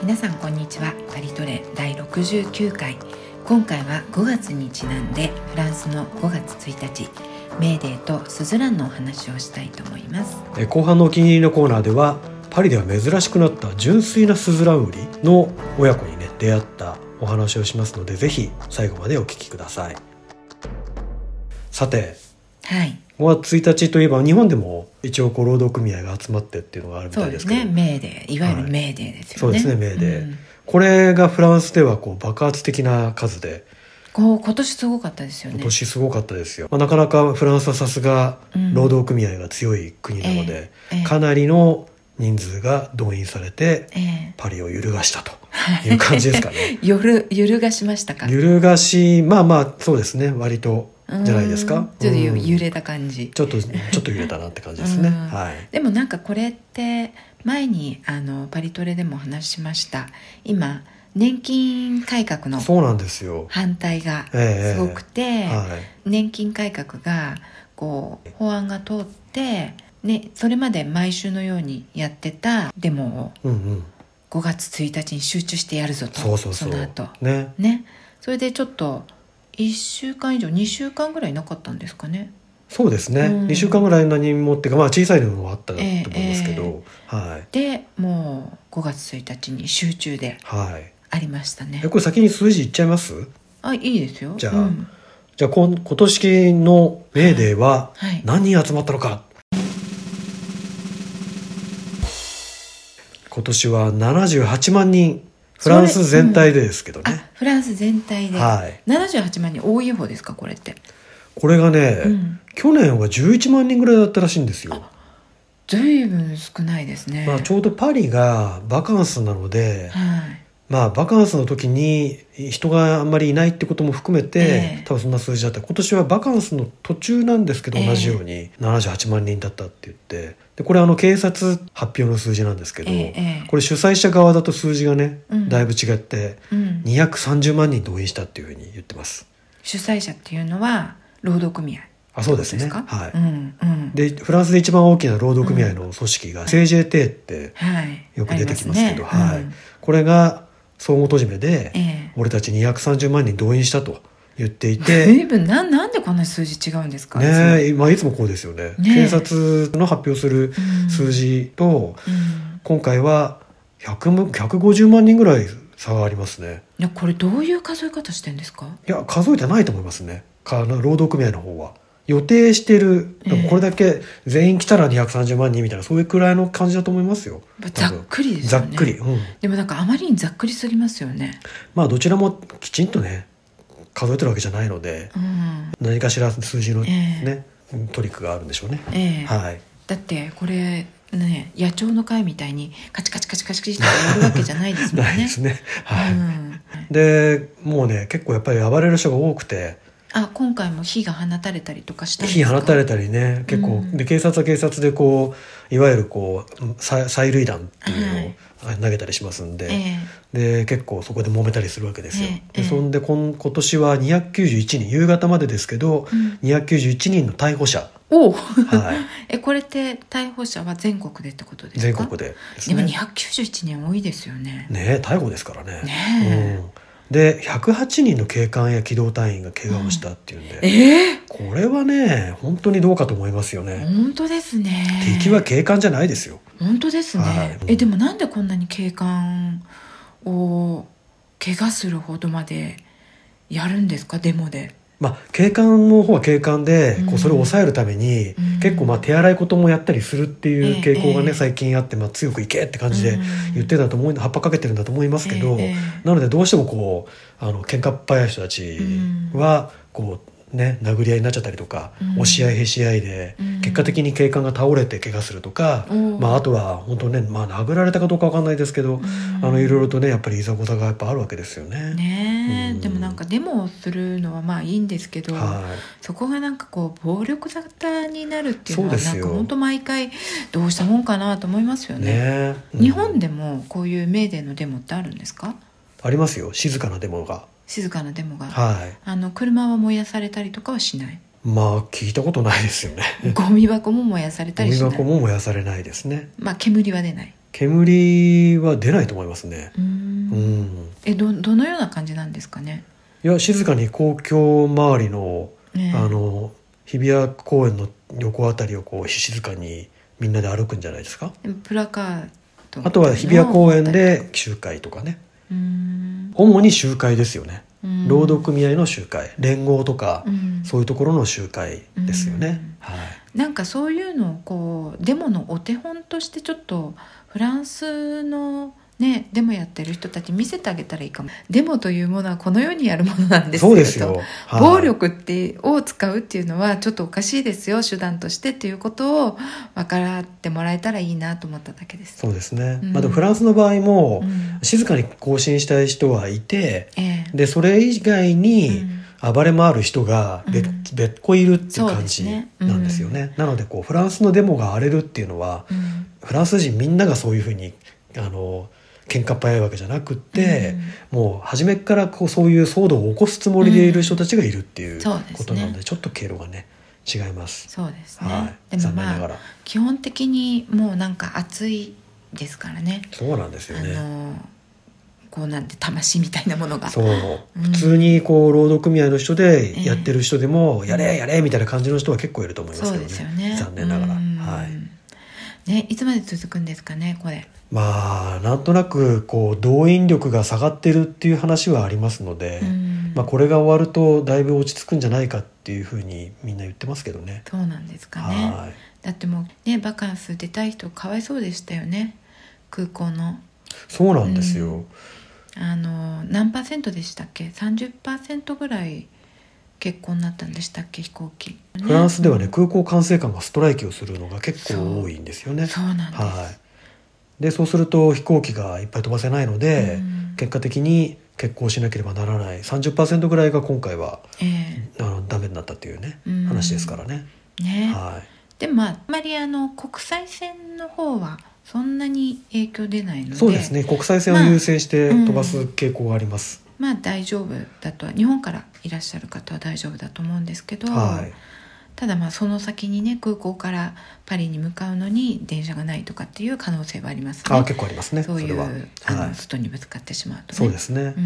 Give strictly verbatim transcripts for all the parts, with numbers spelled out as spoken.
皆さんこんにちは。パリトレだいろくじゅうきゅうかい、今回はごがつにちなんでフランスのごがつついたちメーデーとスズランのお話をしたいと思います。 え後半のお気に入りのコーナーでは、パリでは珍しくなった純粋なスズラン売りの親子にね出会ったお話をしますので、ぜひ最後までお聞きください。さて、 はい、 ごがつついたちといえば日本でも一応こう労働組合が集まってっていうのがあるみたいですけど、 そうですね、メーデー、いわゆるメーデーですよね、はい、 そうですね、メーデー、 うん、これがフランスではこう爆発的な数で、 こう今年すごかったですよね。 今年すごかったですよ、まあ、なかなかフランスはさすが労働組合が強い国なので、うんえーえー、かなりの人数が動員されて、えー、パリを揺るがしたという感じですかね。 揺る、揺るがしましたか。 揺るがし、まあまあそうですね、割とじゃないですか。 ちょっと揺れた感じ、 ちょっとちょっと揺れたなって感じですね、はい、 でもなんかこれって前にあのパリトレでも話しました。今年金改革の反対がすごくて、えーはい、年金改革がこう法案が通って、ね、それまで毎週のようにやってたデモをごがつついたちに集中してやるぞと、 そうそうそう、 その後、 ねね、それでちょっといっしゅうかん以上にしゅうかんぐらいなかったんですかね。 そうですね、うん、にしゅうかんぐらい何もっていうか、まあ、小さいのもあったと思いますけど、えーえーはい、でもうごがつついたちに集中でありましたね、 はい、これ先に数字いっちゃいます？ あ、いいですよ。 じゃあ、 うん、 じゃあ今年のメーデーは何人集まったのか、はいはい、今年はななじゅうはちまんにん、フランス全体でですけどね、うん、あ、 フランス全体で、はい、ななじゅうはちまんにん多い方ですか、これって。 これがね、うん、去年はじゅういちまんにんぐらいだったらしいんですよ。 ずいぶん少ないですね、 まあ、ちょうどパリがバカンスなので、はい、まあ、バカンスの時に人があんまりいないってことも含めて、えー、多分そんな数字だった。今年はバカンスの途中なんですけど、同じようにななじゅうはちまんにんだったって言って、でこれはあの警察発表の数字なんですけど、えー、これ主催者側だと数字がね、うん、だいぶ違ってにひゃくさんじゅうまんにん動員したっていうふうに言ってます。 主催者っていうのは労働組合。 あ、そうですね、はい、 うんうん、 でフランスで一番大きな労働組合の組織が シージェーティー ってよく出てきますけど、はいはい、ね、うん、これが総合とじめで、ええ、俺たちにひゃくさんじゅうまんにん動員したと言っていて、 随分 な, なんでこんな数字違うんですかね。いつも、まあ、いつもこうですよ ね, ね。警察の発表する数字と、うん、今回はひゃく、ひゃくごじゅうまんにんぐらい差がありますね。 いや、これどういう数え方してんですか？ いや、数えてないと思いますね、労働組合の方は。予定してる、でもこれだけ全員来たらにひゃくさんじゅうまんにんみたいな、そういうくらいの感じだと思いますよ。 ざっくりですよね。 ざっくり、うん、 でもなんかあまりにざっくりすぎますよね。 まあどちらもきちんとね数えてるわけじゃないので、うん、何かしら数字のね、えー、トリックがあるんでしょうね、えーはい、 だってこれね、野鳥の会みたいにカチカチカチカチカチってやるわけじゃないですもんね。 ないですね、はい、うん、でもうね結構やっぱり暴れる人が多くて、 あ、今回も火が放たれたりとかしたんですか？ 火放たれたりね、結構、うん、で警察は警察でこういわゆるこう催涙弾っていうのを投げたりしますんで、はい、で結構そこで揉めたりするわけですよ、えー、でそんで今年はにひゃくきゅうじゅういちにん、夕方までですけど、うん、にひゃくきゅうじゅういちにんの逮捕者。 お、はい、えこれって逮捕者は全国でってことですか？ 全国でですね。 でもにひゃくきゅうじゅういちにん多いですよね。 ね、逮捕ですからね。 ね、 うん、でひゃくはちにんの警官や機動隊員が怪我をしたっていうんで、うん、 えー、 これはね本当にどうかと思いますよね。 本当ですね。 敵は警官じゃないですよ。 本当ですね、はい、えでもなんでこんなに警官を怪我するほどまでやるんですか、デモで。 まあ、警官の方は警官でこうそれを抑えるために、うん、結構まあ手洗いこともやったりするっていう傾向がね、えー、最近あって、まあ、強くいけって感じで言ってるんだと思う、葉っぱかけてるんだと思いますけど、えー、なのでどうしてもこうあの喧嘩っ早い人たちはこうね、殴り合いになっちゃったりとか、うん、押し合いへし合いで、うん、結果的に警官が倒れて怪我するとか、まあ、あとは本当ね、まあ、殴られたかどうか分かんないですけど、うん、あのいろいろとねやっぱりいざこざがやっぱあるわけですよね。 ね、 うん、 でもなんかデモをするのはまあいいんですけど、はい、そこがなんかこう暴力沙汰になるっていうのはなんか本当毎回どうしたもんかなと思いますよね。 ね、うん、 日本でもこういうメーデーのデモってあるんですか？ ありますよ、静かなデモが。 静かなデモが、 はい、 あの車は燃やされたりとかはしない？ まあ聞いたことないですよね。 ゴミ箱も燃やされたりしない？ ゴミ箱も燃やされないですね。 まあ煙は出ない。 煙は出ないと思いますね。 うん、うん、え ど, どのような感じなんですかね。 いや静かに公共周りの、ね、あの日比谷公園の横あたりをこう静かにみんなで歩くんじゃないですか。 プラカード、 あとは日比谷公園で集会とかね。うん、主に集会ですよね。労働組合の集会、連合とか、うん、そういうところの集会ですよね、うん、はい、 なんかそういうのをこうデモのお手本としてちょっとフランスのね、デモやってる人たち見せてあげたらいいかも。デモというものはこのようにやるものなんですよ。 そうですよ、 はい、暴力ってを使うっていうのはちょっとおかしいですよ、手段としてっていうことを分からってもらえたらいいなと思っただけです。 そうですね、うん、まあ、でもフランスの場合も、うん、静かに行進したい人はいて、ええ、でそれ以外に暴れ回る人が 別,、うん、別個いるっていう感じなんですよね、うん、なのでこうフランスのデモが荒れるっていうのは、うん、フランス人みんながそういうふうにあの喧嘩っ早いわけじゃなくって、うん、もう初めからこうそういう騒動を起こすつもりでいる人たちがいるっていうことなので、うん、ね、ちょっと経路がね違います。 そうですね、はい、でもまあ基本的にもうなんか熱いですからね。 そうなんですよね、あのこうなんて魂みたいなものが、 そう、うん、普通にこう労働組合の人でやってる人でも、えー、やれやれみたいな感じの人は結構いると思いますけど ね, そうですよね、残念ながら、はいね、いつまで続くんですかねこれ。 まあなんとなくこう動員力が下がってるっていう話はありますので、うん、まあ、これが終わるとだいぶ落ち着くんじゃないかっていうふうにみんな言ってますけどね。 そうなんですかね。はい、だってもうねバカンス出たい人かわいそうでしたよね、空港の。 そうなんですよ、 うん、あの何パーセントでしたっけ、 さんじゅっパーセント ぐらい欠航になったんでしたっけ、飛行機、ね、 フランスではね、うん、空港管制官がストライキをするのが結構多いんですよね。 そう、そうなんです、はい、 でそうすると飛行機がいっぱい飛ばせないので、うん、結果的に欠航しなければならない さんじゅっパーセント ぐらいが今回は、えー、あのダメになったっていうね、うん、話ですからね。 ね、 はい、 でもまああまりあの国際線の方はそんなに影響出ないので。 そうですね、国際線を優先して飛ばす傾向があります。 まあ、うん、まあ大丈夫だとは、日本からいらっしゃる方は大丈夫だと思うんですけど、はい、ただまあその先にね空港からパリに向かうのに電車がないとかっていう可能性はありますね。 あ、結構ありますね。 そういう、 それは、 あの、 はい、 外にぶつかってしまうとね。 そうですね、うん、うん、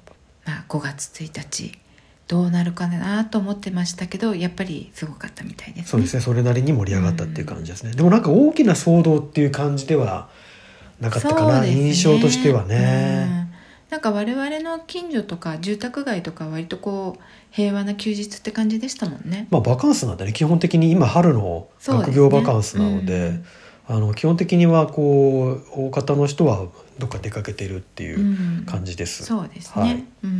まあ、ごがつついたちどうなるかなと思ってましたけど、やっぱりすごかったみたいですね。 そうですね、それなりに盛り上がったっていう感じですね、うん、でもなんか大きな騒動っていう感じではなかったかな、ね、印象としてはね、うん、 なんか我々の近所とか住宅街とか割とこう平和な休日って感じでしたもんね。 まあバカンスなんでね、基本的に今春の学業バカンスなの で, で、ね、うん、あの基本的にはこう大方の人はどっか出かけてるっていう感じです、 うん、そうですね、はい、うん、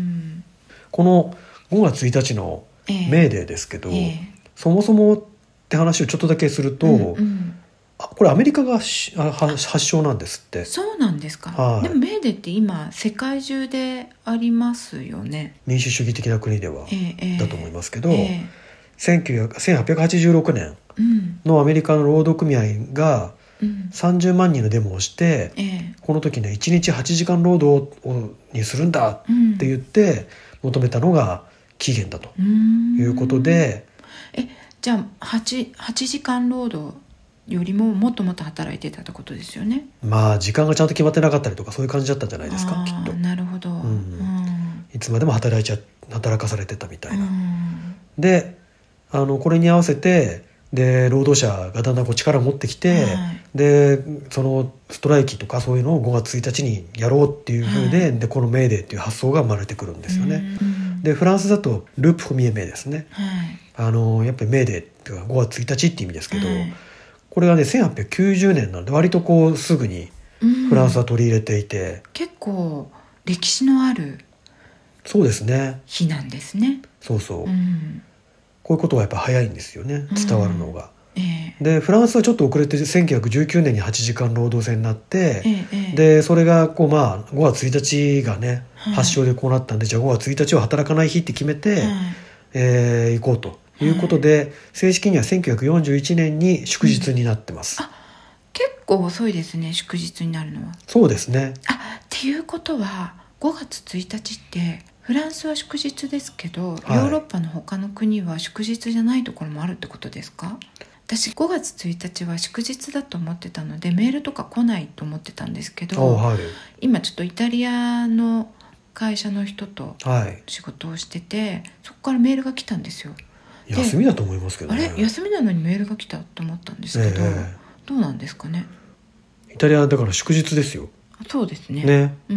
このごがつついたちのメーデーですけど、えーえー、そもそもって話をちょっとだけすると、うんうん、あこれアメリカが発祥なんですって。 そうなんですか、はい、でもメーデーって今世界中でありますよね、 民主主義的な国では、 えー、 だと思いますけど、 えー、 せんはっぴゃくはちじゅうろくねんのアメリカの労働組合がさんじゅうまんにんのデモをして、うん、えー、この時ねいちにちはちじかん労働にするんだって言って求めたのが期限だということで、 えじゃあ 8, 8時間労働よりももっともっと働いてたってことですよね。 まあ時間がちゃんと決まってなかったりとかそういう感じだったんじゃないですか、きっと。 なるほど、うんうん、 いつまでも働いちゃ働かされてたみたいな、うん、であのこれに合わせてで労働者がだんだんこう力を持ってきて、はい、でそのストライキとかそういうのをごがつついたちにやろうっていう風で、はい、でこのメーデーっていう発想が生まれてくるんですよね、うん、でフランスだとループフミエメーですね、はい、あのやっぱりメーデーっていうかごがつついたちって意味ですけど、はい、これがねせんはっぴゃくきゅうじゅうねんなので割とこうすぐにフランスは取り入れていて、うん、 結構歴史のあるそうですね日なんですね。 そうそう、 うん、 こういうことはやっぱ早いんですよね、伝わるのが、うんえー、でフランスはちょっと遅れてせんきゅうひゃくじゅうきゅうねんにはちじかん労働制になって、えー、でそれがこう、まあ、ごがつついたちがね、はい、発祥でこうなったんでじゃあごがつついたちは働かない日って決めて、はいえー、行こうということで、はい、正式にはせんきゅうひゃくよんじゅういちねんに祝日になってます、 うん、あ結構遅いですね祝日になるのは。 そうですね。 あっていうことはごがつついたちってフランスは祝日ですけど、はい、ヨーロッパの他の国は祝日じゃないところもあるってことですか？ 私ごがつついたちは祝日だと思ってたのでメールとか来ないと思ってたんですけど、 はい、 今ちょっとイタリアの会社の人と仕事をしてて、はい、そこからメールが来たんですよ。 休みだと思いますけどね。 あれ休みなのにメールが来たと思ったんですけど、えー、どうなんですかね。 イタリアだから祝日ですよ。 そうですね。 ね、 うんうん、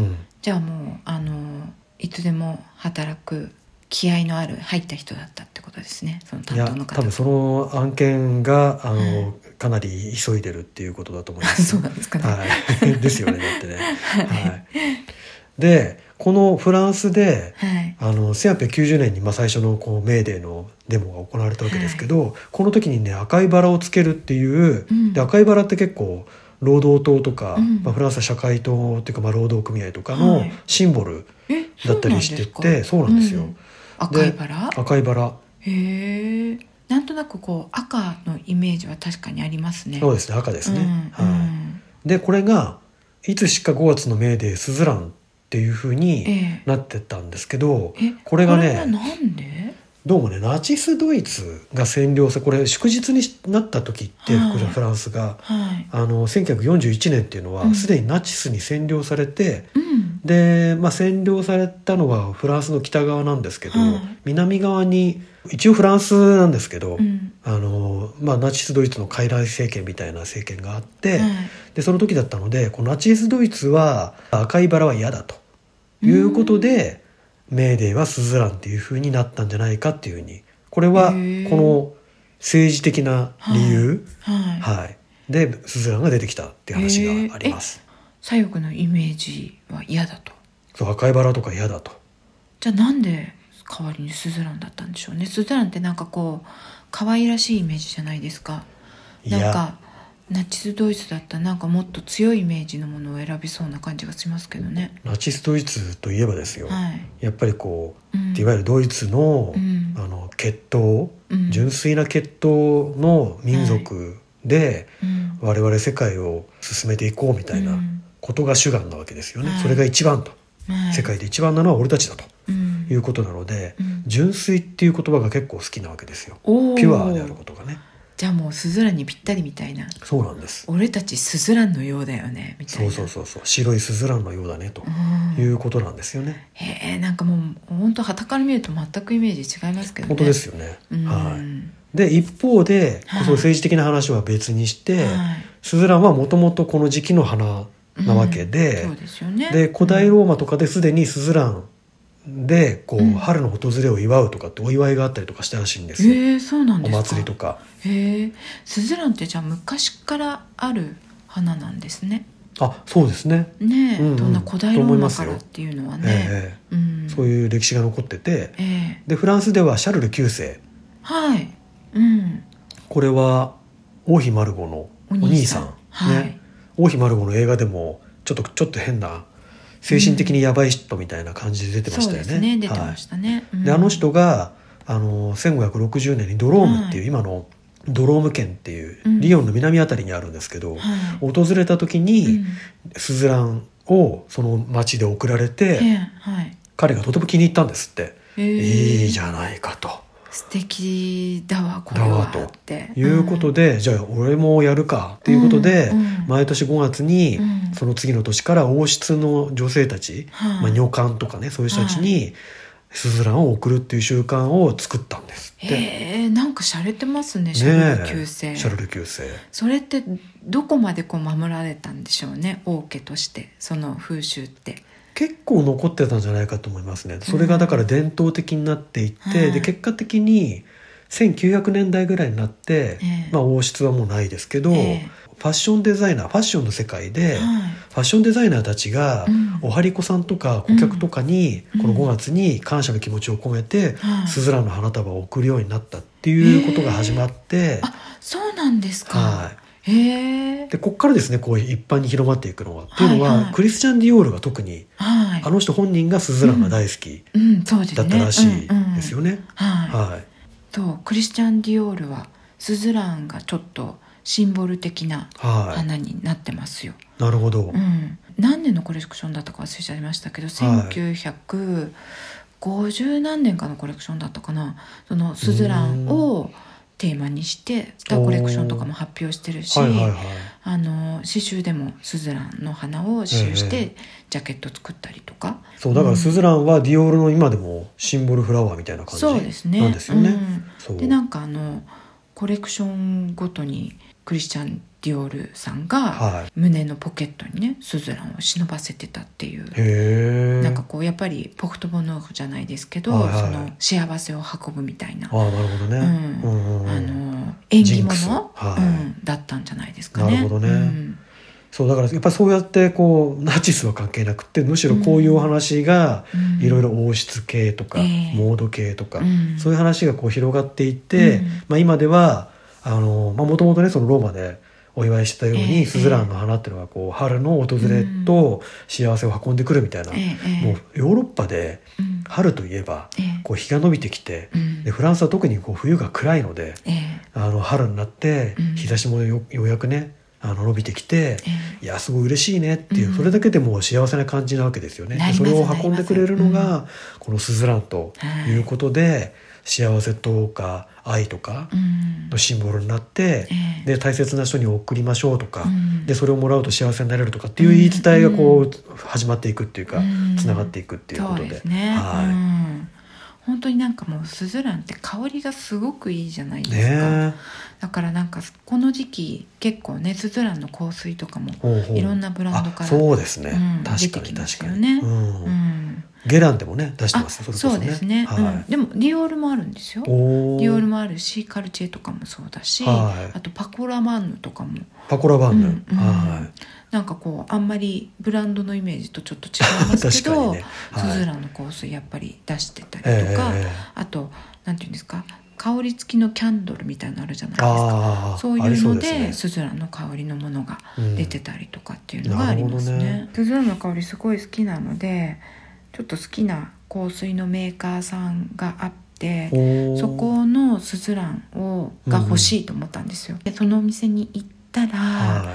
じゃあもうあのいつでも働く気合のある入った人だったってことですね。その担当の方。いや多分その案件があの、はい、かなり急いでるっていうことだと思います。 そうなんですかね。 はい、ですよね。だってね。はいはいでこのフランスで、はい、あのせんはっぴゃくきゅうじゅうねんに、まあ、最初のこうメーデーのデモが行われたわけですけど、はい、この時にね赤いバラをつけるっていう、うん、で赤いバラって結構労働党とか、うんまあ、フランスは社会党っていうか、まあ、労働組合とかのシンボルだったりしてて、はい、そうなんですよ、うん、 赤いバラ赤いバラへえ。なんとなくこう赤のイメージは確かにありますね。 そうですね赤ですね、 うんはいうん、 でこれがいつしかごがつのメーデースズランっていう風になってたんですけど、 ええ、 これがねこれはなんでどうもねナチスドイツが占領さこれ祝日になった時って、はい、これフランスが、はい、あのせんきゅうひゃくよんじゅういちねんっていうのはすで、うん、にナチスに占領されて、うん、で、まあ、占領されたのはフランスの北側なんですけど、はい、南側に一応フランスなんですけど、うんあのまあ、ナチスドイツの傀儡政権みたいな政権があって、はい、でその時だったのでこのナチスドイツは赤いバラは嫌だということで、うん、メーデーはスズランっていう風になったんじゃないかっていう風にこれはこの政治的な理由、はいはいはい、でスズランが出てきたっていう話があります。 左翼のイメージは嫌だと。 そう赤いバラとか嫌だと。 じゃあなんで代わりにスズランだったんでしょうね。スズランってなんかこう可愛らしいイメージじゃないですか。なんかナチスドイツだったらなんかもっと強いイメージのものを選びそうな感じがしますけどね。 ナチスドイツといえばですよ、はい、やっぱりこう、うん、いわゆるドイツの、うん、あの血統、うん、純粋な血統の民族で、はい、我々世界を進めていこうみたいなことが主眼なわけですよね、はい、それが一番と、はい、世界で一番なのは俺たちだと、うん、いうことなので、うん、純粋っていう言葉が結構好きなわけですよ。ピュアであることがね。 じゃあもうスズランにぴったりみたいな。 そうなんです。 俺たちスズランのようだよねみたいな。 そうそうそうそう白いスズランのようだねということなんですよね。 へえ。なんかもう本当傍から見ると全くイメージ違いますけどね。 本当ですよね、はい、で一方で、はい、その政治的な話は別にして、はい、スズランはもともとこの時期の花なわけで、 うん、そうですよね。 で古代ローマとかですでにスズランでこう、うん、春の訪れを祝うとかってお祝いがあったりとかしたらしいんですよ。 へえ、そうなんですか。 お祭りとか。 へえ。スズランってじゃあ昔からある花なんですね。 あ、そうですね。 ねえ、うんうん、どんな古代ローマからっていうのはね、 えーうん、そういう歴史が残ってて、 えー、 でフランスではシャルルきゅうせい、 はい、うん、 これは王妃マルゴのお兄さん、お兄さん、ね、はい、王妃マルゴの映画でもちょっとちょっと変な精神的にヤバい人みたいな感じで出てましたよね。 そうですね、出てましたね、 はい、であの人があのせんごひゃくろくじゅうねんにドロームっていう、はい、今のドローム県っていうリヨンの南あたりにあるんですけど、うん、訪れた時に、うん、スズランをその町で送られて、はい、彼がとても気に入ったんですって、えー、いいじゃないかと、 素敵だわこれはってということで、うん、じゃあ俺もやるかっていうことで、うんうん、毎年ごがつに、うん、その次の年から王室の女性たち、はい、まあ、女官とかねそういう人たちに、はい、スズランを送るっていう習慣を作ったんですって。 へえ、なんか洒落てますね、シャルルきゅうせい。 シャルルきゅうせい。 それってどこまでこう守られたんでしょうね、王家としてその風習って。 結構残ってたんじゃないかと思いますね。それがだから伝統的になっていって、うん、で結果的にせんきゅうひゃくねんだいぐらいになって、えーまあ、王室はもうないですけど、えー、ファッションデザイナーファッションの世界で、はい、ファッションデザイナーたちが、うん、おはりこさんとか顧客とかに、うん、このごがつに感謝の気持ちを込めて、うん、スズランの花束を贈るようになったっていうことが始まって、 えー、あ、そうなんですか。 はい、 へえ。 でここからですねこう一般に広まっていくのはっていうのは、はいはい、クリスチャン・ディオールが特に、はい、あの人本人がスズランが大好きだったらしいですよね。はい。 とクリスチャン・ディオールはスズランがちょっとシンボル的な花になってますよ。 はい、なるほど、 うん、何年のコレクションだったか忘れちゃいましたけど、はい、せんきゅうひゃくごじゅうなんねんかのコレクションだったかな。そのスズランをテーマにしてスターコレクションとかも発表してるし、はいはいはい、あの刺繍でもスズランの花を刺繍してジャケット作ったりとか、 えー、そうだからスズランはディオールの今でもシンボルフラワーみたいな感じなんですよね。そうですね、 うん、そうでなんかあのコレクションごとにクリスチャン・ディオールさんが胸のポケットにねスズランを忍ばせてたっていう、へなんかこうやっぱりポクトボノーフじゃないですけど、はいはい、その幸せを運ぶみたいな、 あなるほどね、 うんうんうん、あの縁起物、はいうん、だったんじゃないですかね。 なるほどね、うん、そうだからやっぱりそうやってこうナチスは関係なくてむしろこういうお話がいろいろ王室系とか、うん、モード系とか、えー、そういう話がこう広がっていって、うんまあ、今ではもともとねそのローマでお祝いしたように、えー、スズランの花っていうのがこう春の訪れと幸せを運んでくるみたいな、えー、もうヨーロッパで春といえばこう日が伸びてきて、えー、でフランスは特にこう冬が暗いので、えー、あの春になって日差しも よ, ようやくねあの伸びてきて、えー、いやすごい嬉しいねっていう、うん、それだけでもう幸せな感じなわけですよね。でそれを運んでくれるのが、うん、このスズランということで、幸せとか愛とかのシンボルになって、うん、で大切な人に贈りましょうとか、うん、でそれをもらうと幸せになれるとかっていう言い伝えがこう始まっていくっていうか、つながっていくっていうことで、そうですね、はい、うん本当になんかもうスズランって香りがすごくいいじゃないですか、ね、だからなんかこの時期結構ねスズランの香水とかもいろんなブランドからそうですね、 うん、 確かに確かに、ねうんうん、ゲランでもね出してます。それこそね、 そうですね、はいうん、でもディオールもあるんですよ。ディオールもあるしカルチェとかもそうだし、はい、あとパコラバンヌとかもパコラバンヌ、うんうんはい、なんかこうあんまりブランドのイメージとちょっと違いますけど、ねはい、スズランの香水やっぱり出してたりとか、えー、あとなんていうんですか香り付きのキャンドルみたいなのあるじゃないですか。そういうので、ね、スズランの香りのものが出てたりとかっていうのがありますね、うんね、スズランの香りすごい好きなのでちょっと好きな香水のメーカーさんがあってそこのスズランをが欲しいと思ったんですよ、うん、でそのお店に行ったら、はい、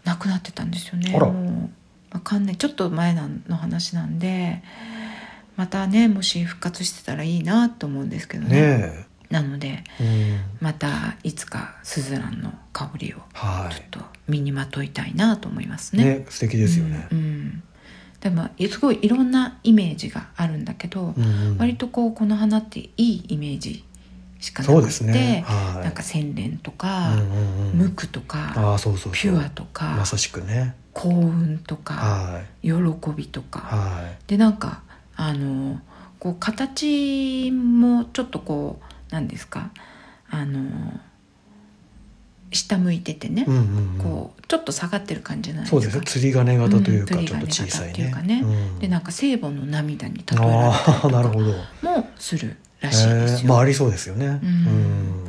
なくなってたんですよね。もうわかんないちょっと前の話なんでまたねもし復活してたらいいなと思うんですけど ね, ねなので、うん、またいつかスズランの香りをちょっと身にまといたいなと思いますね、 ね素敵ですよね、 うんうんでもすごいいろんなイメージがあるんだけど、うん、割とこうこの花っていいイメージしかなくて、ねはい、なんか洗練とか、うんうんうん、無垢とかあそうそうそうピュアとかまさしくね幸運とか、はい、喜びとか、はい、でなんかあのこう形もちょっとこうなんですかあの下向いててね、うんうんうん、こうちょっと下がってる感じじゃないですか。そうですね釣り鐘型というか、うん、ちょっと小さいね、 ね、うん、でなんか聖母の涙に例えられたりとかもするらしいですよ、 まあありそうですよね、うんうん、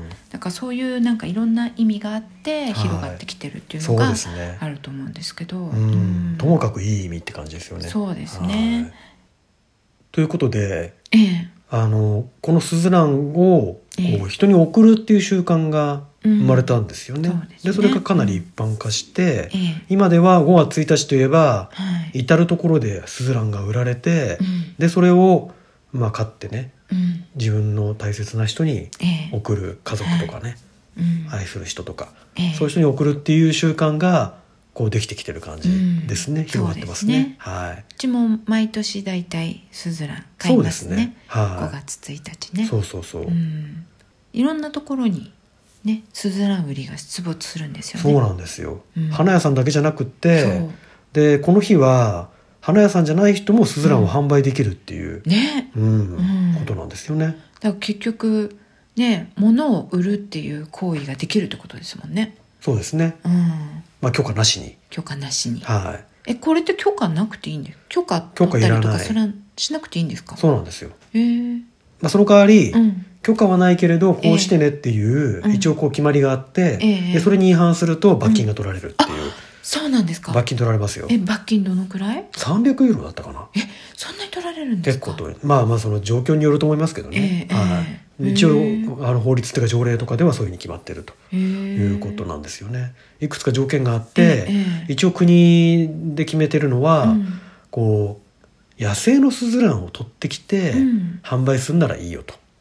だからそういうなんかいろんな意味があって広がってきてるっていうのがあると思うんですけど、はいうん、ともかくいい意味って感じですよね。 そうですね、はい、 ということで、ええ、あのこのスズランをこう人に送るっていう習慣が生まれたんですよね、うん、そ で, ねでそれがかなり一般化して、うん、今ではごがつついたちといえば、はい、至る所でスズランが売られて、うん、でそれをまあ買ってね、うん、自分の大切な人に送る家族とかね、えーはい、愛する人とか、えー、そういう人に送るっていう習慣がこうできてきてる感じですね、うん、広がってますね。ねはい、うちも毎年だいたいスズラン買いますね。そうですね、はい、ごがつついたちね。 そうそうそう、うん、 いろんなところにね、スズラン売りが出没するんですよね。 そうなんですよ、うん、花屋さんだけじゃなくってでこの日は花屋さんじゃない人もスズランを販売できるっていう、うんねうんうん、ことなんですよね。 だから結局ね物を売るっていう行為ができるってことですもんね。 そうですね、うんまあ、許可なしに許可なしに、 はい、 えこれって許可なくていいんですか。許可取ったりとかそれはしなくていいんですか。 そうなんですよ。 へー、 まあ、その代わり、うん許可はないけれどこうしてねっていう、えー、一応こう決まりがあって、えー、でそれに違反すると罰金が取られるっていう、うん、 そうなんですか。 罰金取られますよ。 え罰金どのくらい。 さんびゃくユーロだったかな。 えそんなに取られるんですか。 結構とまあまあその状況によると思いますけどね、えーはいえー、一応あの法律というか条例とかではそういうふうに決まってるということなんですよね。いくつか条件があって、えー、一応国で決めてるのは、うん、こう野生のスズランを取ってきて、うん、販売するならいいよと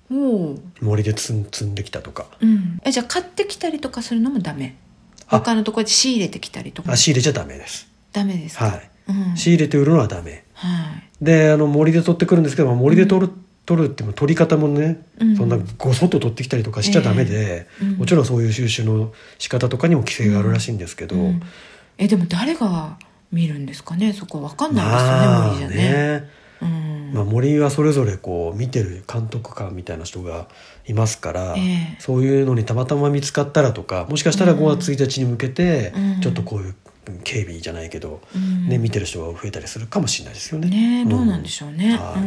森で積ん、積んできたとか、 うん、えじゃあ買ってきたりとかするのもダメ？他のところで仕入れてきたりとか？ あ、仕入れちゃダメです。 ダメですか？ はい、 うん、 仕入れて売るのはダメ、 はい、 であの森で取ってくるんですけど、森で取る、うん、取るっても取り方もね、うん、そんなごそっと取ってきたりとかしちゃダメで、えーうん、もちろんそういう収集の仕方とかにも規制があるらしいんですけど、うんうん、 えでも誰が見るんですかね？そこ分かんないですよね、まあ、森じゃね、ね、うんまあ、森はそれぞれこう見てる監督官みたいな人がいますから、えー、そういうのにたまたま見つかったらとか、もしかしたらごがつついたちに向けてちょっとこういう警備じゃないけど、うんね、見てる人が増えたりするかもしれないですよね。 ね、どうなんでしょうね、 はい、うん、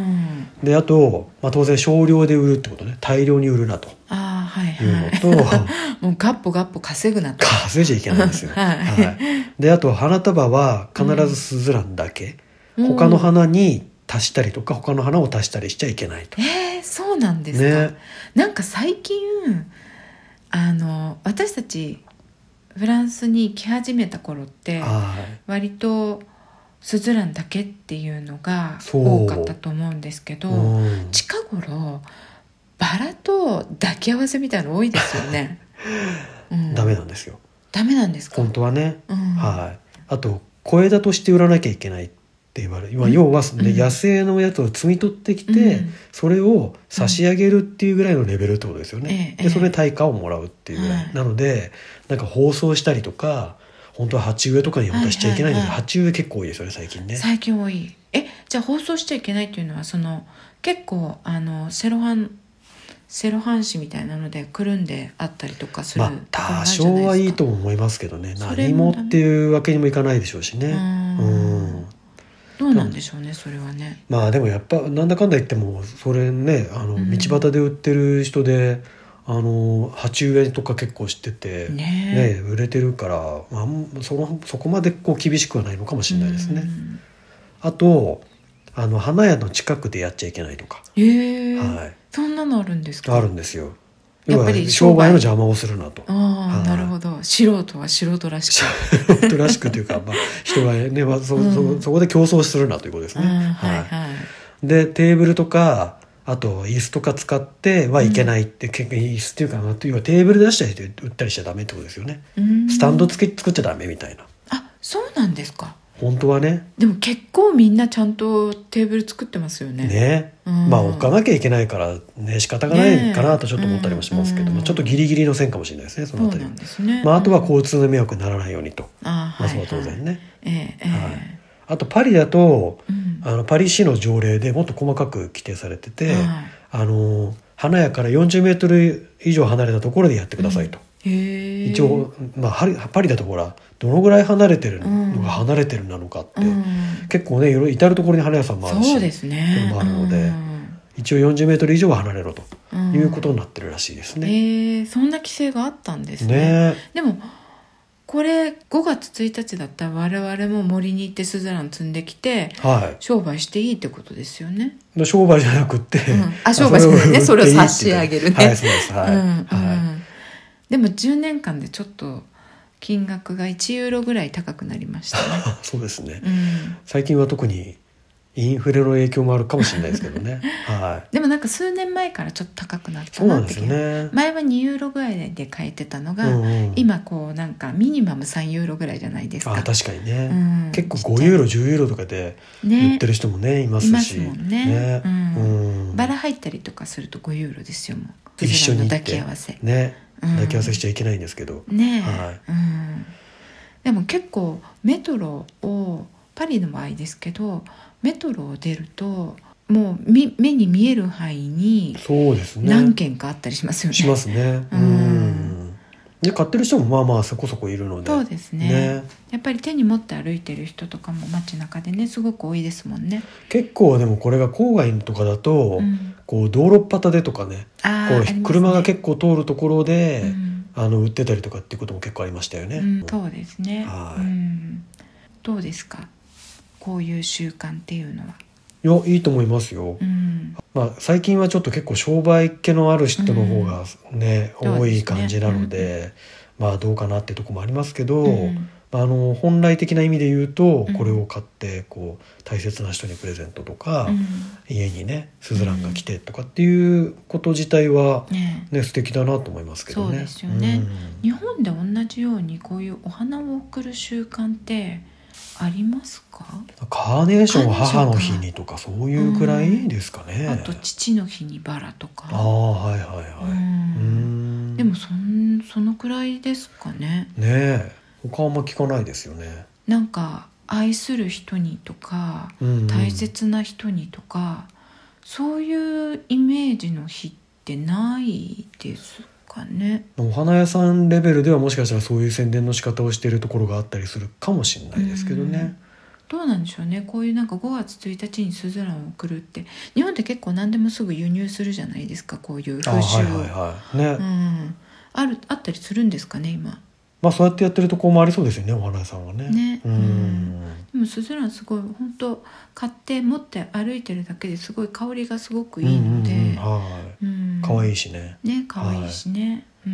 であと、まあ、当然少量で売るってことね、大量に売るなとあ、はいはい、 いうのともうガッポガッポ稼ぐなと稼いじゃいけないんですよ、はいはい、であと花束は必ずスズランだけ、うん、他の花に足したりとか他の花を足したりしちゃいけないと。 えー、そうなんですか、ね、なんか最近あの私たちフランスに来始めた頃って割とスズランだけっていうのが多かったと思うんですけど、うん、近頃バラと抱き合わせみたいなの多いですよね、 うん、ダメなんですよ。 ダメなんですか？ 本当はね、うん、はい。あと小枝として売らなきゃいけないって言われる、うん、要は、ね、うん、野生のやつを摘み取ってきて、うん、それを差し上げるっていうぐらいのレベルってことですよね、うん、でそれで対価をもらうっていうぐらい、うん、なのでなんか包装したりとか本当は鉢植えとかに本当はしちゃいけないんだけど、はいはいはい、鉢植え結構多いですよね最近ね。 最近多い。えじゃあ包装しちゃいけないっていうのはその結構あのセロハンセロハン紙みたいなのでくるんであったりとかする、まあ、 多少はいいと思いますけどね、何もっていうわけにもいかないでしょうしね。うん、 どうなんでしょうねそれはね。 まあでもやっぱなんだかんだ言ってもそれね、あの道端で売ってる人で、うん、あの鉢植えとか結構知ってて、ねね、売れてるから、まあ、そのそこまでこう厳しくはないのかもしれないですね。うん、あとあの花屋の近くでやっちゃいけないとか、 えーはい、そんなのあるんですか？ あるんですよ。やっぱり商売の邪魔をするなと。 ああ、なるほど。素人は素人らしく素人らしくというか、まあ、人がね、まあ そ, うん、そ, そこで競争するなということですね、はいはい、でテーブルとかあと椅子とか使ってはいけないって、うん、椅子っていうか要はテーブル出したりして売ったりしちゃダメってことですよね。スタンドつけ作っちゃダメみたいな。 あ、そうなんですか。 本当はね。 でも結構みんなちゃんとテーブル作ってますよね。 ね、うん、まあ置かなきゃいけないからね仕方がないかなとちょっと思ったりもしますけど、ね、うん、まあ、ちょっとギリギリの線かもしれないですねそのあたり。 そうなんですね。 まあ、あとは交通の迷惑にならないようにと、うん、 あ、 まあ、そうは当然ね、はいはい、 えーはい、 あとパリだと、うん、あのパリ市の条例でもっと細かく規定されてて、はい、あの花屋からよんじゅうメートル以上離れたところでやってくださいと、うん、へ一応、まあ、パリだとほらどのぐらい離れてるのが離れてるなのかって、うん、結構ね至る所に花屋さんもあるし、 そうですね、 もあるので、うん、一応よんじゅうメートル以上は離れろということになってるらしいですね、うん、 へえ、そんな規制があったんですね。ね、でもこれごがつついたちだったら我々も森に行ってスズラン積んできて、はい、商売していいってことですよね。 商売じゃなくって、 うん、あ商売じゃないね、それを差し上げるね。 はい、そうです、はい、うん、はい、 でもじゅうねんかんでちょっと金額がいちユーロぐらい高くなりましたね。 そうですね、 うん、 最近は特にインフレの影響もあるかもしれないですけどね、はい、 でもなんか数年前からちょっと高くなったなって気が。そうなんですよね。前はにユーロぐらいで買えてたのが、うんうん、今こうなんかミニマムさんユーロぐらいじゃないですか。 あ、確かにね、うん、結構ごユーロじゅうユーロとかで売ってる人もね、いますし、 いますもんね、ね、うんうん、バラ入ったりとかするとごユーロですよ。もう一緒に抱き合わせね、抱き合わせしちゃいけないんですけど、 うん、ね、はい、うん、でも結構メトロをパリの場合ですけどメトロを出るともう目に見える範囲に何軒かあったりしますよね。 しますね、うん、で買ってる人もまあまあそこそこいるので。 そうです ね, ねやっぱり手に持って歩いてる人とかも街中でねすごく多いですもんね。 結構でもこれが郊外とかだと、うん、こう道路端でとか ね, こう車が結構通るところで、うん、あの売ってたりとかっていうことも結構ありましたよね、 うん、そうですね、はい、うん、どうですかこういう習慣っていうのは。 いやいいと思いますよ、うん、まあ、最近はちょっと結構商売気のある人の方がね、うん、多い感じなので、 まあどうかなってとこもありますけど、 うんあの本来的な意味で言うと、これを買ってこう大切な人にプレゼントとか、 うん家にねスズランが来てとかっていうこと自体は、 ねね、素敵だなと思いますけどね。 そうですよね、 うん日本で同じようにこういうお花を贈る習慣ってありますか？ カーネーションは母の日にとかそういうくらいですかね、 うん、あと父の日にバラとか。 ああはいはいはい、 うんうんでもそんそのくらいですかね。 ねえ他はあんま聞かないですよね。 なんか愛する人にとか、 うんうん、 大切な人にとかそういうイメージの日ってないですかね。 お花屋さんレベルではもしかしたらそういう宣伝の仕方をしているところがあったりするかもしれないですけどね、 うん、どうなんでしょうね。こういうなんかごがつついたちにスズランを贈るって日本って結構何でもすぐ輸入するじゃないですか、こういう風習を。 あ、はいはいはいね、 うん、あるあったりするんですかね今。 まあそうやってやってるところもありそうですよね、お花屋さんはね。 ね、 うん、 うん、でもスズランすごい本当買って持って歩いてるだけですごい香りがすごくいいので、 うんうんうん、はいうん、可愛いしね。 ね可愛いしね、はいうん、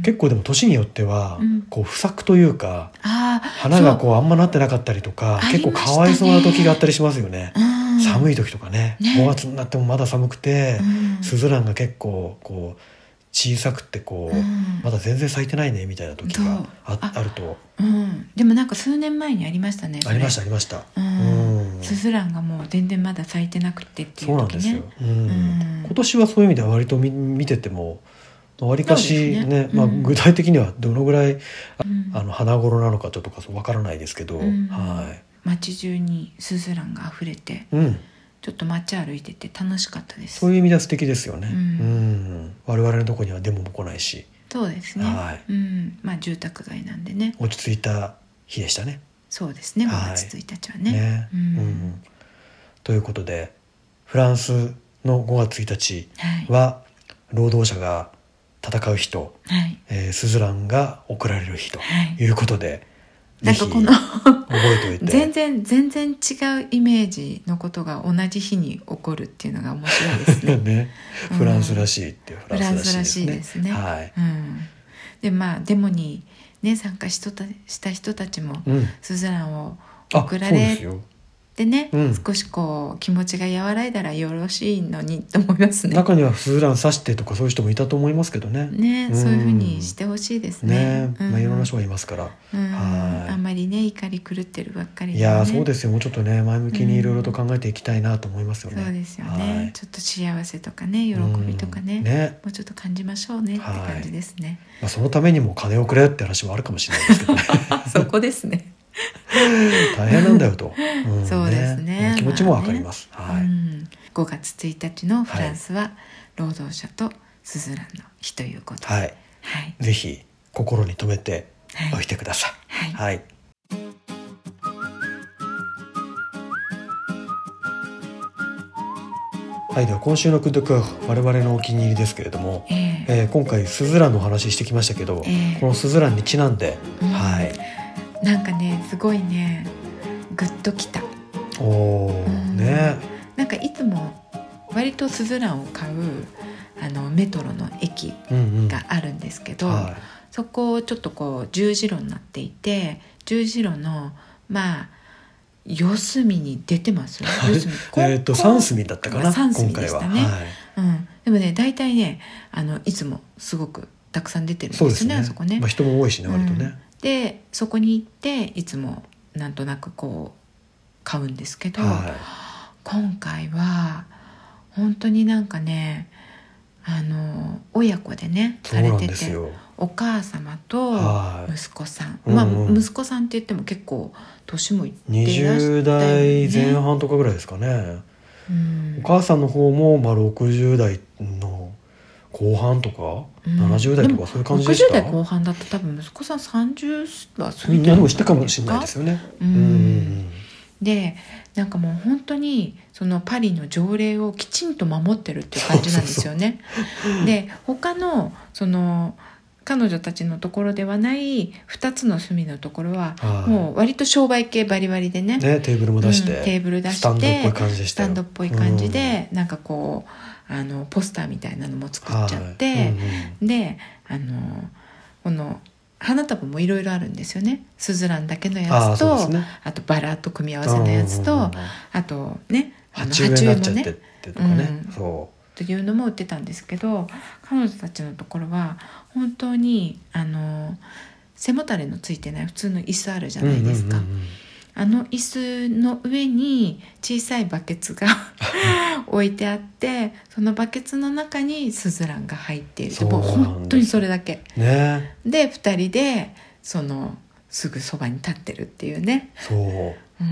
結構でも年によっては、うん、こう不作というか、 あ花がこうあんまなってなかったりとか、結構かわいそうな時があったりしますよね、うん、寒い時とか ね, ねごがつになってもまだ寒くて、うん、スズランが結構こう小さくてこう、うん、まだ全然咲いてないねみたいな時が あ, あ, あると、 うん、でもなんか数年前にありましたね。 ありましたありました、 うんうん、スズランがもう全然まだ咲いてなくてっていう時ね。そうなんですよ、 うんうん、今年はそういう意味では割と 見, 見ててもわりかし ね, ね、まあ、具体的にはどのぐらい、うん、あの花頃なのかちょっとわからないですけど、うんはい、 街中にスズランがあふれて、うんちょっと街歩いてて楽しかったです。 そういう意味では素敵ですよね、うんうん、 我々のとこにはデモも来ないし。 そうですね、はいうんまあ、住宅街なんでね落ち着いた日でしたね。 そうですねごがつついたちはね、 ねうんうん、ということでフランスのごがつついたちは労働者が戦う日と、はいえー、スズランが贈られる日ということで、はいなんかこの覚えておいて全然全然違うイメージのことが同じ日に起こるっていうのが面白いですねねフランスらしいっていう、 フランスらしいですね。はいうん、でまあデモに、ね、参加しとたした人たちも、うん、スズランを贈られてね、うん、少しこう気持ちが和らいだらよろしいのにと思いますね。 中にはスズラン刺してとかそういう人もいたと思いますけどね。 ね、うん、そういうふうにしてほしいですね。 ね、まあ、いろんな人がいますから、 うん、はいあんまりね怒り狂ってるばっかりで、ね、 いやそうですよ。もうちょっとね前向きにいろいろと考えていきたいなと思いますよね、 うん、そうですよね、はい、ちょっと幸せとかね喜びとかね、うん、ねもうちょっと感じましょうねって感じですね、はいまあ、そのためにも金をくれって話もあるかもしれないですけどねそこですね大変なんだよと、 うん、そうですね気持ちもわかります、まあねはいうん、 ごがつついたちのフランスは労働者とスズランの日ということで、 はいはい、ぜひ心に留めておいてください、 はいはいはいはい、では今週のクッドクー我々のお気に入りですけれども、えーえー、今回スズランの話してきましたけど、えー、このスズランにちなんで、うん、はいなんかねすごいねグッときた。 おー、うん、ねなんかいつも割とスズランを買うあのメトロの駅があるんですけど、うんうんはい、そこちょっとこう十字路になっていて十字路のまあ四隅に出てますよえっと三隅だったかな三隅でしたね、はいうん、でもね大体ねあのいつもすごくたくさん出てるんですよね。そうですねあそこね、 まあ、人も多いしね割とね、うん、 でそこに行っていつもなんとなくこう買うんですけど、はい、今回は本当になんかねあの親子でねされててお母様と息子さん、はいまあうんうん、息子さんって言っても結構年もいっていらしたよね。にじゅうだいぜん半とかぐらいですかね、うん、お母さんの方もまあろくじゅう代の後半とか、うん、ななじゅう代とかそういう感じでした。ろくじゅう代後半だと多分息子さんさんじゅうは過ぎてるんじゃないですか。みんなでも知ったかもしれないですよね、うんうん、でなんかもう本当にそのパリの条例をきちんと守ってるっていう感じなんですよね。そうそうそうで他のその彼女たちのところではないふたつの隅のところはもう割と商売系バリバリで ね, ねテーブルも出して、 うん、テーブル出してスタンドっぽい感じでしたよ。スタンドっぽい感じで、うん、なんかこうあのポスターみたいなのも作っちゃって、はいうんうん、であのこの花束もいろいろあるんですよね。スズランだけのやつと あ,、ね、あとバラと組み合わせのやつと、うんうんうん、あとね鉢植えになっちゃってってとかね、うん、そうというのも売ってたんですけど、彼女たちのところは本当にあの背もたれのついてない普通の椅子あるじゃないですか、うんうんうんうん、あの椅子の上に小さいバケツが置いてあって、そのバケツの中にスズランが入っている。もう本当にそれだけ、 ね、 でふたりでそのすぐそばに立ってるっていうね。 そう、うん、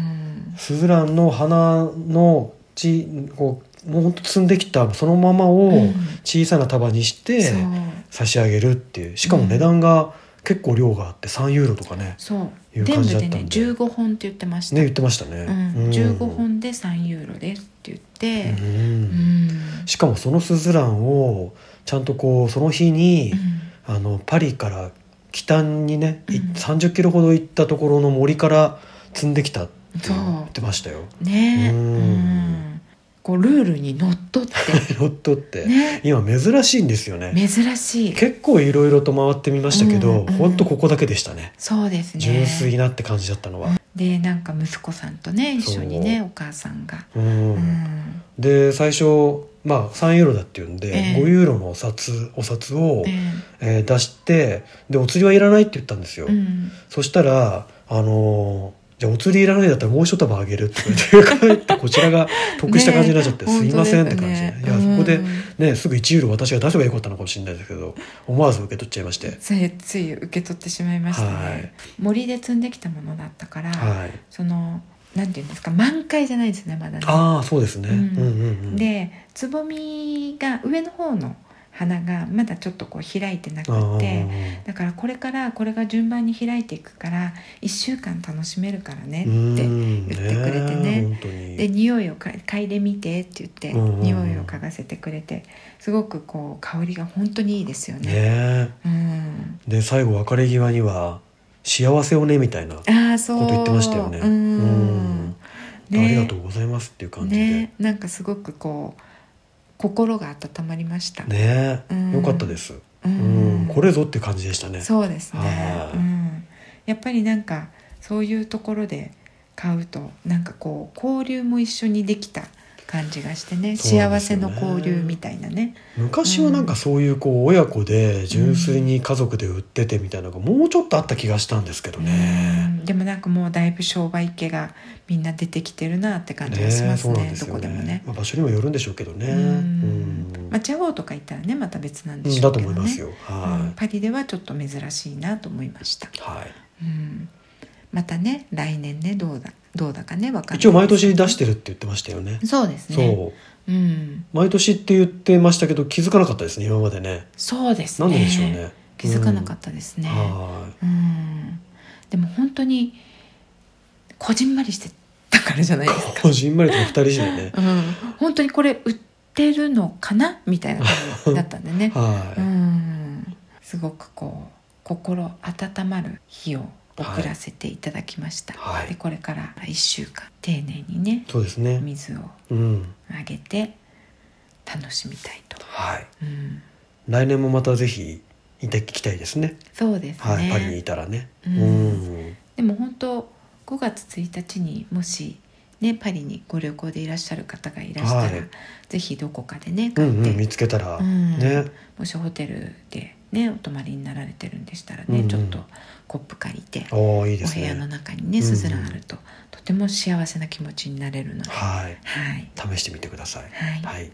スズランの花のちこうもうほんと摘んできたそのままを小さな束にして差し上げるっていう、しかも値段が結構量があってさんユーロとかね、 そういう感じだったんで、全部でねじゅうごほんって言ってましたね。言ってましたね、 うんうん、じゅうごほんでさんユーロですって言って、うんうん、しかもそのスズランをちゃんとこうその日に、うん、あのパリから北にね、うん、さんじゅっキロほど行ったところの森から摘んできたって言ってましたよね。うん、うんこうルールにのっとってのっとって、ね、今珍しいんですよね。 珍しい。 結構いろいろと回ってみましたけど、うんうん、ほんとここだけでしたね。 そうですね、 純粋なって感じだったのは、 でなんか息子さんとね一緒にねお母さんが、うんうん、で最初まあさんユーロだっていうんで、えー、ごユーロのお札、お札を、えーえー、出してでお釣りはいらないって言ったんですよ、うん、そしたらあのーじゃあお釣りいらないだったらもう一束あげるって言って帰ってこちらが得した感じになっちゃって、ね、すいませんって感じで、ね、いやそこでねすぐいちユーロ私が出せばよかったのかもしれないですけど思わず受け取っちゃいまして、 ついつい受け取ってしまいましたね、はい、森で摘んできたものだったから、はい、そのなんていうんですか満開じゃないですねまだね。 ああそうですね、うんうんうんうん、 でつぼみが上の方の花がまだちょっとこう開いてなくて、だからこれからこれが順番に開いていくからいっしゅうかん楽しめるからねって言ってくれて ね, ねで匂いを嗅いでみてって言って匂いを嗅がせてくれて、すごくこう香りが本当にいいですよ ね, ね、うん、 で最後別れ際には幸せをねみたいなこと言ってましたよね。うん、うんね、ありがとうございますっていう感じで、 ね、なんかすごくこう心が温まりましたね、うん、よかったです、うん、これぞって感じでしたね。 そうですね、うん、やっぱりなんかそういうところで買うとなんかこう交流も一緒にできた感じがして ね, ね幸せの交流みたいなね。 昔はなんかそういうこう親子で純粋に家族で売っててみたいなのがもうちょっとあった気がしたんですけどね、 うん、でもなんかもうだいぶ商売系がみんな出てきてるなって感じがしますね。ね、どこでもね、 まあ、場所にもよるんでしょうけどね。うん、 うんまあ、地方とか行ったらねまた別なんでしょうけどね、 だと思いますよ、はい、うん、 パリではちょっと珍しいなと思いました、 はいうん、またね来年ねどうだどうだかね分かんない、 一応毎年出してるって言ってましたよね。 そうですね、 そう、うん、毎年って言ってましたけど気づかなかったですね今までね。 そうですね、 なんででしょうね、 気づかなかったですね、うん、うん、でも本当にこじんまりしてたからじゃないですか。 こじんまりとふたりしてね、 うん、本当にこれ売ってるのかなみたいな感じだったんでね、 はい、うん、 すごくこう心温まる日を送らせていただきました、はい、でこれからいっしゅうかん丁寧にね、 そうですね、 水をあげて楽しみたいと、 はい、うん、来年もまたぜひ行ってきたいですね。 そうですね、 はい、パリにいたらね、 うんうん、でも本当ごがつついたちにもしねパリにご旅行でいらっしゃる方がいらしたら、はい、ぜひどこかでね買って、うんうん、 見つけたら、うんね、 もしホテルでねお泊まりになられてるんでしたらね、うんうん、ちょっとコップ借りてお, いいです、ね、 お部屋の中にねスズランあると、うんうん、とても幸せな気持ちになれるので、 はいはい、試してみてください。 はい、はい、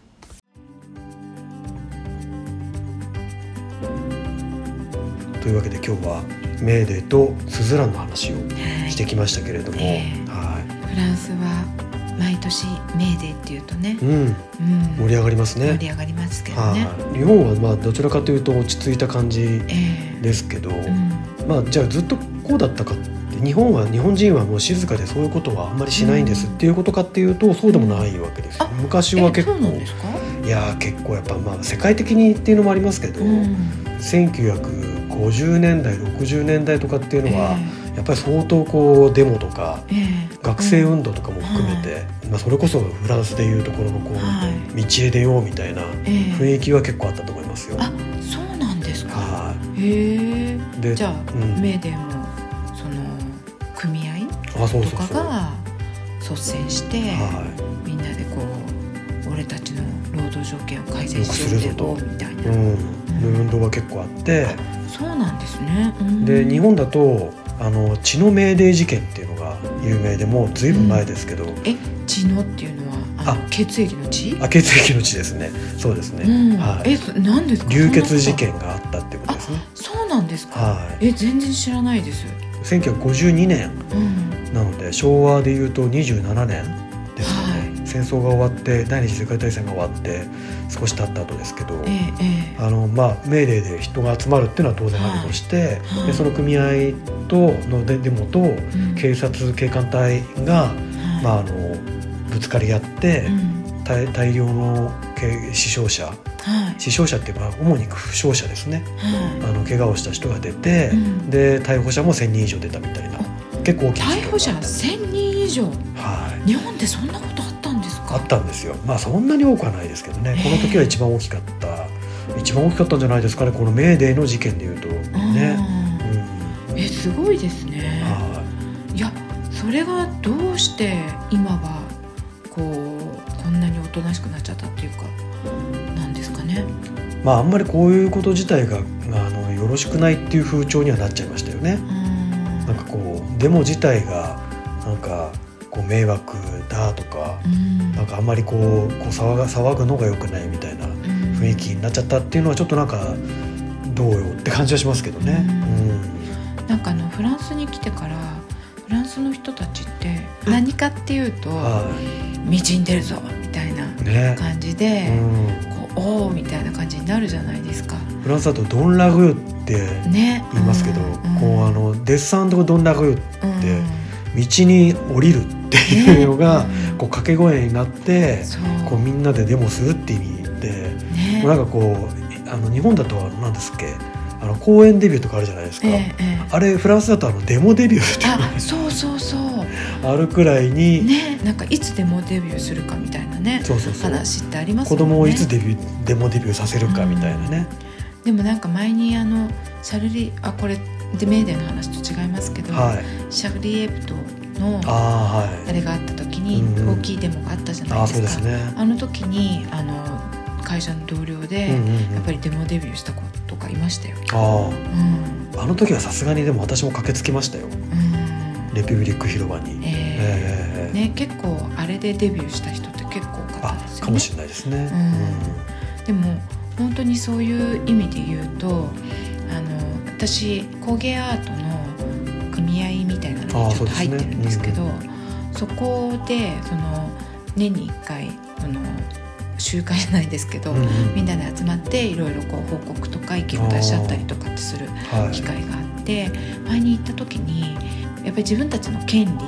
というわけで今日はメーデーとスズランの話をしてきましたけれども、はいえーはい、 フランスは毎年メーデーっていうとね、 うんうん、盛り上がりますね。 盛り上がりますけどね。 日本はまあどちらかというと落ち着いた感じですけど、えーうん、まあじゃあずっとこうだったかって日本は日本人はもう静かでそういうことはあんまりしないんですっていうことかっていうと、そうでもないわけですよ、うん、昔は結構、 そうなんですか？ いや結構やっぱまあ世界的にっていうのもありますけど、うん、せんきゅうひゃくごじゅうねんだいろくじゅうねんだいとかっていうのは、えー、やっぱり相当こうデモとか、えー、学生運動とかも含めて、うんまあ、それこそフランスでいうところのこう、はい、道へ出ようみたいな雰囲気は結構あったと思いますよ、 えー、あそうなんですか。 はい、 へーじゃあ、うん、メーデーもその組合とかが率先して、はい、みんなでこう俺たちの労働条件を改善しようぜとみたいな、うん、 運動が結構あって、 そうなんですね、うん、 で日本だとあの血のメーデー事件っていうのが有名で、もうずいぶん前ですけど、うん、 え血のっていうのはああ血液の血？ あ、血液の血ですね。そうですね、 うん、はい、え何ですか？ 流血事件があったってことですね。 そうなんですか、 はい、 え全然知らないです。 せんきゅうひゃくごじゅうにねん、うん、なので昭和でいうとにじゅうななねんですよね、はい、戦争が終わって第二次世界大戦が終わって少し経った後ですけど、えーえー、あのまあメーデーで人が集まるっていうのは当然あるとして、はい、でその組合とのデモと警察警官隊が、はい、まあ、あのぶつかり合って、うん、大, 大量の死傷者、はい、死傷者っていうのは主に負傷者ですね、はい、あの怪我をした人が出て、うん、で逮捕者もせんにん以上出たみたいな、結構大きな事件があった。 逮捕者せんにん以上、 はい、 日本でそんなことあったんですか？ あったんですよ。まあそんなに多くはないですけどね、この時は一番大きかった、一番大きかったんじゃないですかね、このメーデーの事件でいうとね、 うん、えすごいですね。はい、いやそれがどうして今はこうこんなにおとなしくなっちゃったっていうかなんですかね。 まああんまりこういうこと自体があのよろしくないっていう風潮にはなっちゃいましたよね。うんなんかこうデモ自体がなんかこう迷惑だとか、うん、なんかあんまりこう、こう騒が、騒ぐのが良くないみたいな雰囲気になっちゃったっていうのはちょっとなんかどうよって感じはしますけどね。 うんうん、なんかあのフランスに来てからフランスの人たちって何かっていうと、はい、道に出るぞみたいな感じで、ねうん、こうおーみたいな感じになるじゃないですか。 フランスだとドンラグーって言いますけど、ねうん、こうあのデッサンとドンラグーって、うん、道に降りるっていうのが、ねうん、こう掛け声になってこうみんなでデモするって意味で、ね、なんかこうあの日本だと何ですっけあの公演デビューとかあるじゃないですか、ええ、あれフランスだとあのデモデビューってあそうそうそうあるくらいに、 ね、なんかいつデモデビューするかみたいなねそうそうそう話ってありますもんね。 子供をいつデビューデモデビューさせるかみたいなね、 うん、でもなんか前にあのシャルリあこれデメーデーの話と違いますけど、はい、シャルリエプトの あ,、はい、あれがあった時に大きいデモがあったじゃないですか、うんうん、あ, そうですね、あの時にあの会社の同僚で、うんうんうん、やっぱりデモデビューした子とかいましたよ。あ、 うん、あの時はさすがにでも私も駆けつけましたよ、うん、レピュブリック広場に、えーえーね、結構あれでデビューした人って結構多かったですよね。 かもしれないですね、 うんうん、でも本当にそういう意味で言うとあの私工芸アートの組合みたいなのにちょっと入ってるんですけど そ,、ねうん、そこでその年にいっかいその集会じゃないですけど、うんうん、みんなで集まっていろいろこう報告とか意見を出し合ったりとかってする機会があって、はい、前に行った時にやっぱり自分たちの権利、うん、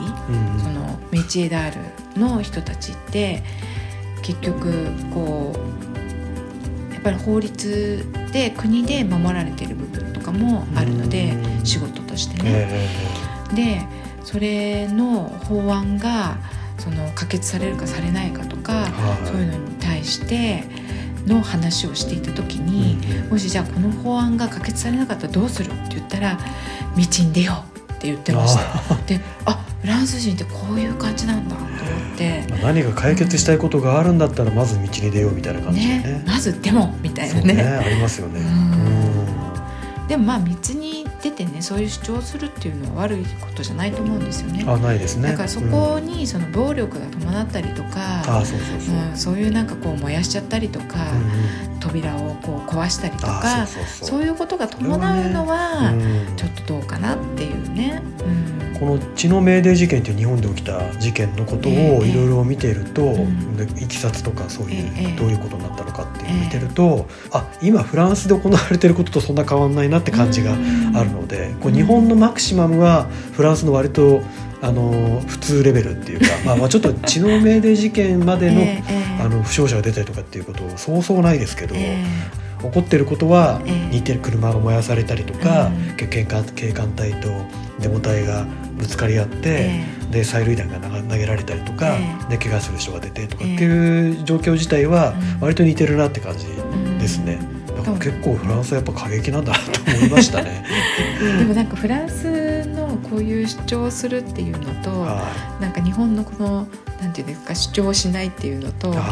そのメチエダールの人たちって結局こうやっぱり法律で国で守られている部分とかもあるので、うん、仕事としてね、えー、でそれの法案がその可決されるかされないかとか、はい、そういうのに対しての話をしていた時に、うん、もしじゃあこの法案が可決されなかったらどうするって言ったら道に出ようって言ってました。で、あ、フランス人ってこういう感じなんだと思って、 何か解決したいことがあるんだったらまず道に出ようみたいな感じで ね, ねまずでもみたいな ね, ねありますよね。 うん、でもまあ道に出てねそういう主張するっていうのは悪いことじゃないと思うんですよね。 あ、ないですね。 だからそこにその暴力が伴ったりとか、うん、あ、そうそうそう、うん、そういうなんかこう燃やしちゃったりとか、うんうん、扉をこう壊したりとか、そうそうそう、そういうことが伴うのはちょっとどうかなっていうね、うん、 この血のメーデー事件という日本で起きた事件のことをいろいろ見ていると、えーえー、いきさつとかそういう、えー、どういうことになったのかっていうのを見てると、えー、あ、今フランスで行われていることとそんな変わんないなって感じがあるので、こう日本のマクシマムはフランスの割とあの普通レベルっていうかまあ、まあちょっと血のメーデー事件までの、えー、あの負傷者が出たりとかっていうことそうそうないですけど、えー、起こってることは似てる車が燃やされたりとか、えー、警官、警官隊とデモ隊がぶつかり合って、えー、で催涙弾が投げられたりとか、えー、で怪我する人が出てとかっていう状況自体は割と似てるなって感じですね。 から結構フランスはやっぱ過激なんだなと思いましたねでもなんかフランスのこういう主張をするっていうのと、はい、なんか日本のこのなんていうんですか、主張しないっていうのと、はい、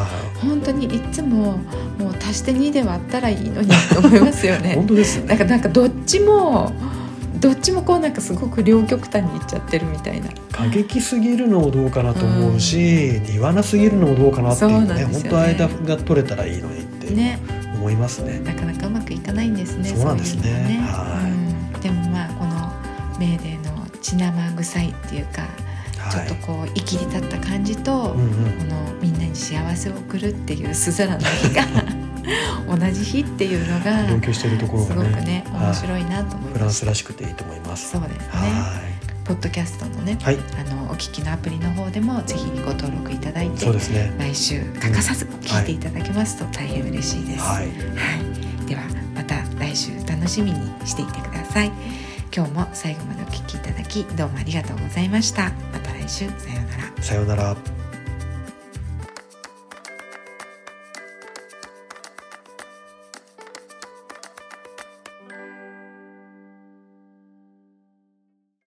本当にいつももう足してにで割ったらいいのにと思いますよね本当ですね。 なんかなんかどっちもどっちもこうなんかすごく両極端にいっちゃってるみたいな。 過激すぎるのもどうかなと思うし、庭なすぎるのもどうかなっていうね、ね本当間が取れたらいいのにって思いますね。 なかなかうまくいかないんですね。 そうなんですね。そういうのはね、 はい、うん、でもまあこのメーデーの血生臭いっていうか、ちょっとこう生きり立った感じと、はい、このみんなに幸せを送るっていうスザラの日が同じ日っていうのが同居しているところがね、 すごくね面白いなと思います。 フランスらしくていいと思います。 そうですね。ポッドキャストのね、はい、あのお聞きのアプリの方でもぜひご登録いただいて、 そうですね、 毎週欠かさず聞いていただけますと大変嬉しいです。はい、はい、ではまた来週楽しみにしていてください。今日も最後までお聞きいただきどうもありがとうございました。また来週、さようなら。 さようなら。